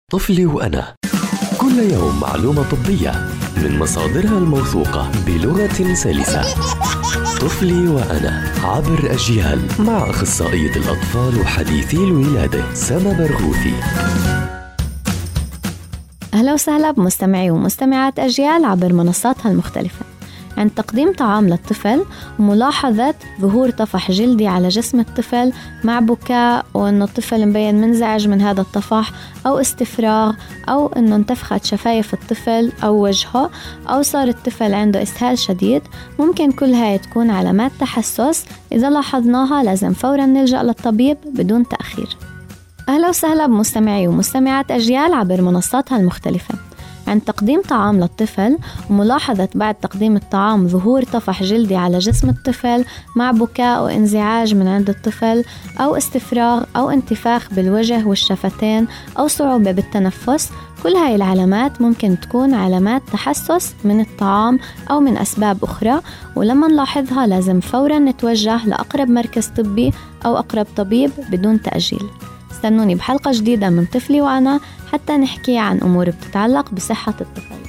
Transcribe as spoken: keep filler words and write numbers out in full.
طفلي وأنا، كل يوم معلومة طبية من مصادرها الموثوقة بلغة سلسة. طفلي وأنا عبر أجيال مع أخصائية الأطفال وحديثي الولادة سما برغوثي. أهلا وسهلا بمستمعي ومستمعات أجيال عبر منصاتها المختلفة. عند تقديم طعام للطفل وملاحظة ظهور طفح جلدي على جسم الطفل مع بكاء وأنه الطفل مبين منزعج من هذا الطفح أو استفراغ أو أنه انتفخت شفايف الطفل أو وجهه أو صار الطفل عنده إسهال شديد، ممكن كل هاي تكون علامات تحسس. إذا لاحظناها لازم فورا نلجأ للطبيب بدون تأخير. أهلا وسهلا بمستمعي ومستمعات أجيال عبر منصاتها المختلفة. عند تقديم طعام للطفل وملاحظة بعد تقديم الطعام ظهور طفح جلدي على جسم الطفل مع بكاء وانزعاج من عند الطفل أو استفراغ أو انتفاخ بالوجه والشفتين أو صعوبة بالتنفس، كل هاي العلامات ممكن تكون علامات تحسس من الطعام أو من أسباب أخرى، ولما نلاحظها لازم فوراً نتوجه لأقرب مركز طبي أو أقرب طبيب بدون تأجيل. استنوني بحلقة جديدة من طفلي وأنا حتى نحكي عن أمور بتتعلق بصحة الطفل.